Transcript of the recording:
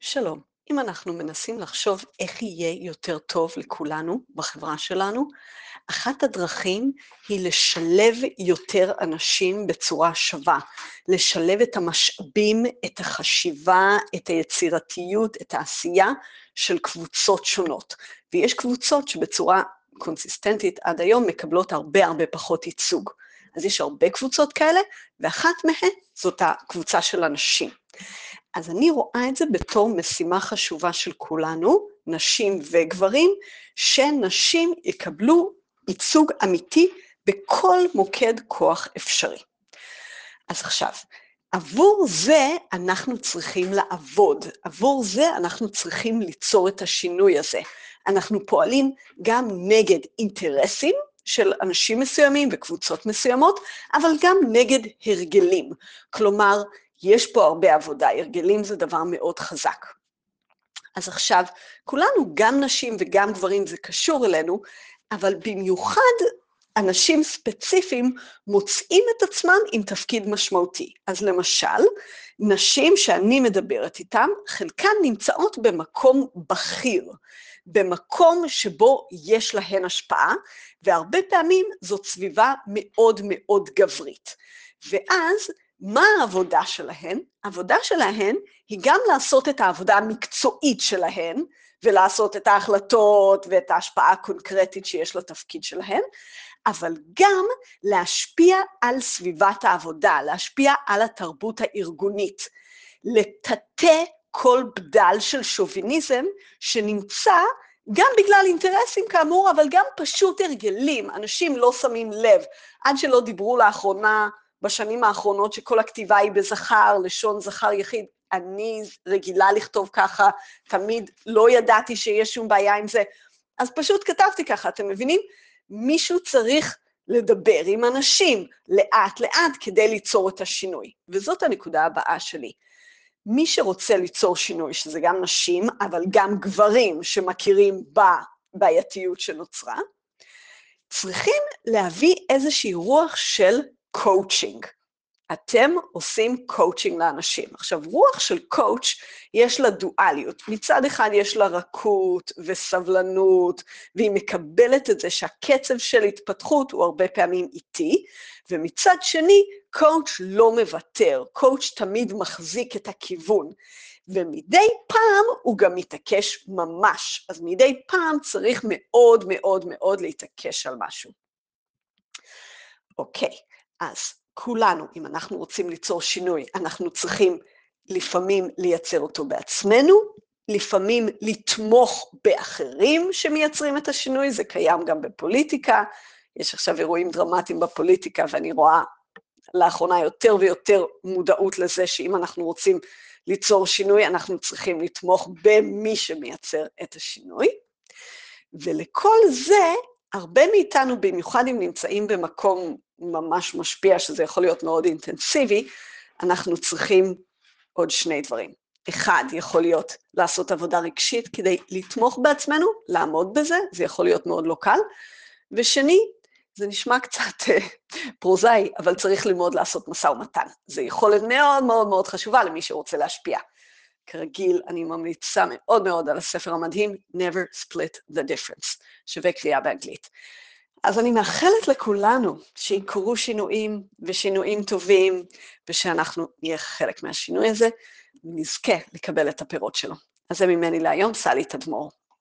שלום, אם אנחנו מנסים לחשוב איך יהיה יותר טוב לכולנו בחברה שלנו, אחת הדרכים היא לשלב יותר אנשים בצורה שווה, לשלב את המשאבים, את החשיבה, את היצירתיות, את העשייה של קבוצות שונות. ויש קבוצות שבצורה קונסיסטנטית עד היום מקבלות הרבה פחות ייצוג. אז יש הרבה קבוצות כאלה, ואחת מהן זאת הקבוצה של אנשים. אז אני רואה את זה בתור משימה חשובה של כולנו, נשים וגברים, שנשים יקבלו ייצוג אמיתי בכל מוקד כוח אפשרי. אז עכשיו, עבור זה אנחנו צריכים לעבוד, עבור זה אנחנו צריכים ליצור את השינוי הזה. אנחנו פועלים גם נגד אינטרסים של אנשים מסוימים וקבוצות מסוימות, אבל גם נגד הרגלים. כלומר, יש פה הרבה עבודה, הרגלים זה דבר מאוד חזק. אז עכשיו, כולנו, גם נשים וגם גברים, זה קשור אלינו, אבל במיוחד אנשים ספציפיים מוצאים את עצמם עם תפקיד משמעותי. אז למשל, נשים שאני מדברת איתן, חלקן נמצאות במקום בכיר, במקום שבו יש להן השפעה, והרבה פעמים זאת סביבה מאוד גברית. ואז, מה העבודה שלהן? העבודה שלהן היא גם לעשות את העבודה המקצועית שלהן, ולעשות את ההחלטות ואת ההשפעה הקונקרטית שיש לתפקיד שלהן, אבל גם להשפיע על סביבת העבודה, להשפיע על התרבות הארגונית, לטאטא כל בדל של שוביניזם שנמצא גם בגלל אינטרסים כאמור, אבל גם פשוט הרגלים, אנשים לא שמים לב, עד שלא דיברו לאחרונה, בשנים האחרונות שכל הכתיבה היא בזכר, לשון זכר יחיד, אני רגילה לכתוב ככה, תמיד לא ידעתי שיש שום בעיה עם זה, אז פשוט כתבתי ככה, אתם מבינים? מישהו צריך לדבר עם אנשים לאט כדי ליצור את השינוי, וזאת הנקודה הבאה שלי. מי שרוצה ליצור שינוי, שזה גם נשים, אבל גם גברים שמכירים בבעייתיות שנוצרה, צריכים להביא איזושהי רוח של קואוצ'ינג. אתם עושים קואוצ'ינג לאנשים. עכשיו, רוח של קואוצ' יש לה דואליות. מצד אחד יש לה רכות וסבלנות, והיא מקבלת את זה שהקצב של התפתחות הוא הרבה פעמים איטי, ומצד שני, קואוצ' לא מוותר. קואוצ' תמיד מחזיק את הכיוון, ומדי פעם הוא גם מתעקש ממש. אז מדי פעם צריך מאוד להתעקש על משהו. אוקיי, אז כולנו, אם אנחנו רוצים ליצור שינוי, אנחנו צריכים לפעמים לייצר אותו בעצמנו, לפעמים לתמוך באחרים שמייצרים את השינוי, זה קיים גם בפוליטיקה, יש עכשיו אירועים דרמטיים בפוליטיקה, ואני רואה לאחרונה יותר ויותר מודעות לזה, שאם אנחנו רוצים ליצור שינוי, אנחנו צריכים לתמוך במי שמייצר את השינוי, ולכל זה, הרבה מאיתנו, במיוחד אם נמצאים במקום ממש משפיע, שזה יכול להיות מאוד אינטנסיבי, אנחנו צריכים עוד שני דברים. אחד, יכול להיות לעשות עבודה רגשית כדי לתמוך בעצמנו, לעמוד בזה, זה יכול להיות מאוד לא קל, ושני, זה נשמע קצת פרוזאי, אבל צריך ללמוד לעשות משא ומתן. זה יכולת מאוד חשובה למי שרוצה להשפיע. כרגיל, אני ממליצה מאוד על הספר המדהים, Never Split the Difference, שווה קריאה באנגלית. אז אני מאחלת לכולנו שיקרו שינויים ושינויים טובים, ושאנחנו נהיה חלק מהשינוי הזה, ונזכה לקבל את הפירות שלו. אז זה ממני להיום, סלי תדמור.